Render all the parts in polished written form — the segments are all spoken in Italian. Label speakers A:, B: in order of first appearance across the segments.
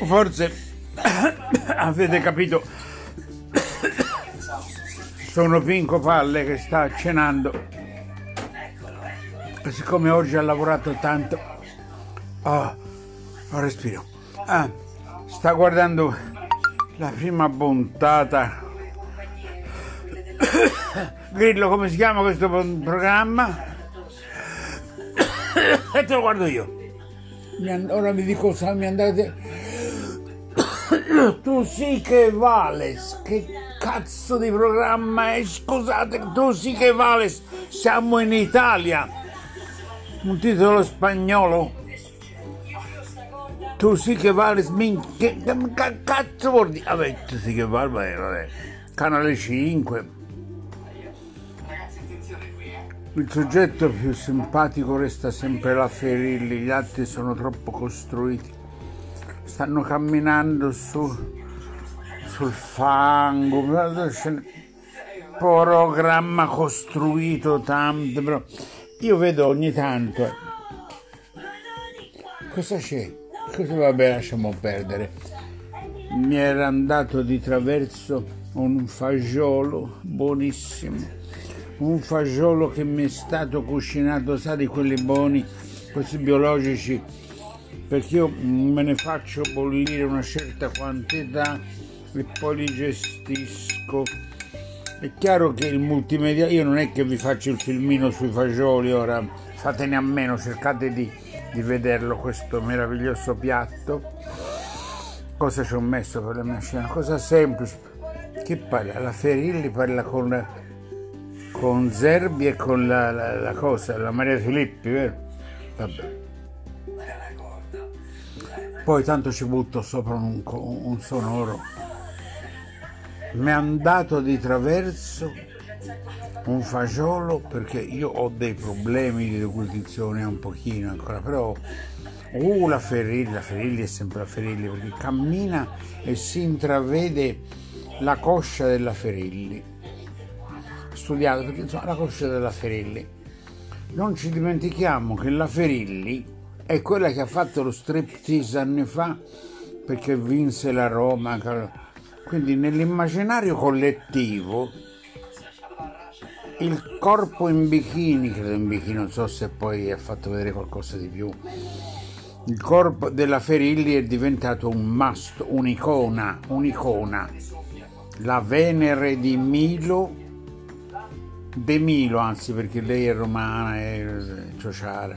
A: Forse avete capito, sono Pinco Palle che sta cenando e siccome oggi ha lavorato tanto, respiro, sta guardando la prima puntata. Grillo, come si chiama questo programma? E te lo guardo io. Ora mi dico cosa mi andate. Tu sì che vales. Che cazzo di programma è? Scusate, Tu sì che vales. Siamo in Italia. Un titolo spagnolo. Tu sì che vales. Che cazzo vuol dire? Vabbè, Tu sì che vales. Vabbè. Canale 5. Il soggetto più simpatico resta sempre la Ferilli, gli altri sono troppo costruiti. Stanno camminando sul fango, programma costruito tanto, però io vedo ogni tanto. Cosa c'è? Vabbè, lasciamo perdere. Mi era andato di traverso un fagiolo buonissimo. Un fagiolo che mi è stato cucinato, sa, di quelli buoni, questi biologici, perché io me ne faccio bollire una certa quantità e poi li gestisco. È chiaro che il multimedia, io non è che vi faccio il filmino sui fagioli, ora fatene a meno, cercate di vederlo questo meraviglioso piatto. Cosa ci ho messo per la mia scena? Cosa semplice. Che parla? La Ferilli parla con Zerbi e con la cosa, la Maria Filippi, vero? Vabbè. Poi tanto ci butto sopra un sonoro. Mi è andato di traverso un fagiolo, perché io ho dei problemi di deglutizione un pochino ancora, però la Ferilli è sempre la Ferilli, perché cammina e si intravede la coscia della Ferilli. Studiato, perché insomma la coscia della Ferilli, non ci dimentichiamo che la Ferilli è quella che ha fatto lo striptease anni fa perché vinse la Roma, quindi nell'immaginario collettivo il corpo in bikini, credo in bikini, non so se poi ha fatto vedere qualcosa di più, il corpo della Ferilli è diventato un must, un'icona, la Venere di Milo, anzi, perché lei è romana, è ciociara,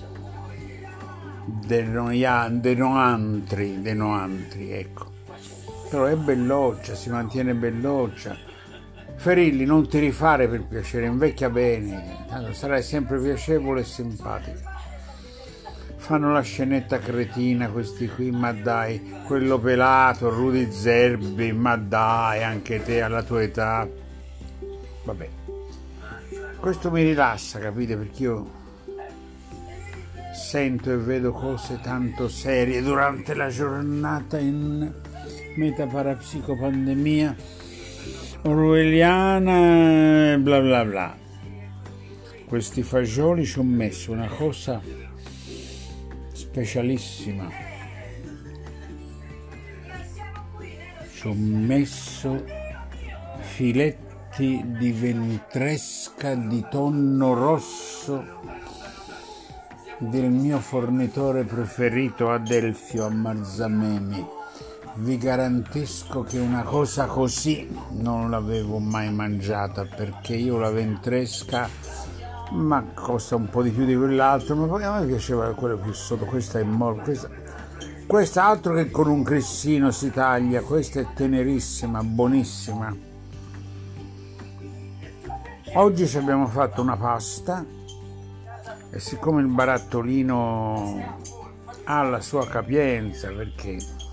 A: de Noantri, ecco. Però è belloccia, si mantiene belloccia. Ferilli, non ti rifare per piacere, invecchia bene, tanto sarai sempre piacevole e simpatica. Fanno la scenetta cretina questi qui, ma dai, quello pelato, Rudy Zerbi, ma dai, anche te alla tua età. Vabbè. Questo mi rilassa, capite? Perché io sento e vedo cose tanto serie durante la giornata in metaparapsicopandemia orwelliana e bla bla bla. Questi fagioli ci ho messo una cosa specialissima. Ci ho messo filetti di ventresca di tonno rosso del mio fornitore preferito Adelfio a Marzamemi. Vi garantisco che una cosa così non l'avevo mai mangiata, perché io la ventresca, ma costa un po' di più di quell'altro, ma poi a me piaceva quello più sotto. Questa è questa altro che con un crissino si taglia, questa è tenerissima, buonissima. Oggi ci abbiamo fatto una pasta e siccome il barattolino ha la sua capienza, perché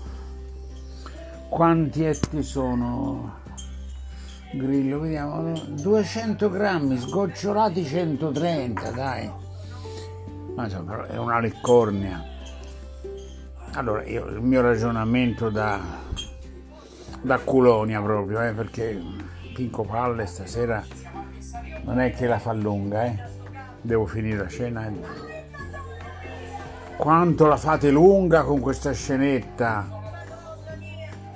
A: quanti etti sono, Grillo, vediamo, 200 grammi, sgocciolati 130, dai, ma insomma, però è una leccornia. Allora, il mio ragionamento da Culonia proprio, perché Pinco Palle stasera non è che la fa lunga, devo finire la cena. Quanto la fate lunga con questa scenetta?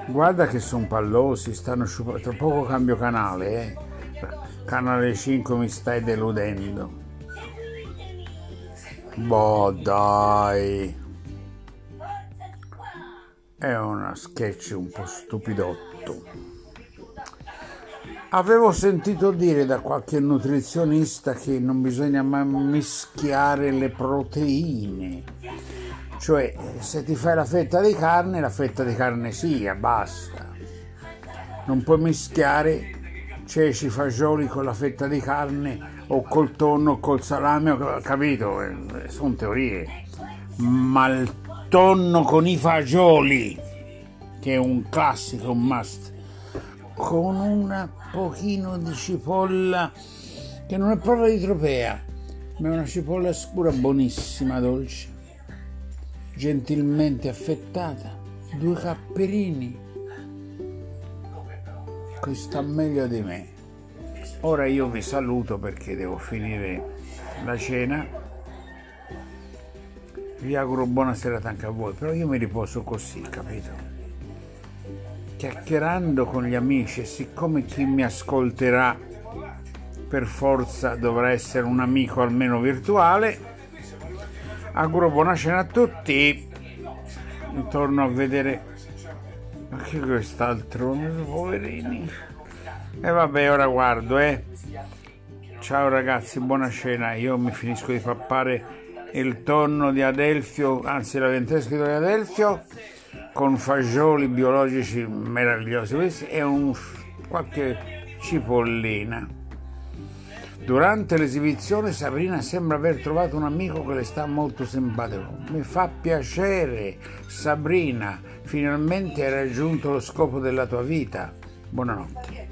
A: Guarda che sono pallosi, stanno sciupando. Tra poco cambio canale, Canale 5 mi stai deludendo. Boh, dai. È una sketch un po' stupidotto. Avevo sentito dire da qualche nutrizionista che non bisogna mai mischiare le proteine. Cioè, se ti fai la fetta di carne sia, basta. Non puoi mischiare ceci, fagioli con la fetta di carne o col tonno o col salame, capito? Sono teorie. Ma il tonno con i fagioli, che è un classico, un must, con un pochino di cipolla, che non è proprio di tropea, ma è una cipolla scura buonissima, dolce, gentilmente affettata, 2 capperini, che sta meglio di me. Ora io vi saluto perché devo finire la cena. Vi auguro buona serata anche a voi, però io mi riposo così, capito? Chiacchierando con gli amici, e siccome chi mi ascolterà per forza dovrà essere un amico almeno virtuale, auguro buona cena a tutti. Torno a vedere, ma che quest'altro, poverini. E vabbè, ora guardo, Ciao ragazzi, buona cena. Io mi finisco di pappare il tonno di Adelfio, anzi la ventesca di Adelfio, con fagioli biologici meravigliosi, questi, e qualche cipollina. Durante l'esibizione Sabrina sembra aver trovato un amico che le sta molto simpatico. Mi fa piacere, Sabrina, finalmente hai raggiunto lo scopo della tua vita. Buonanotte.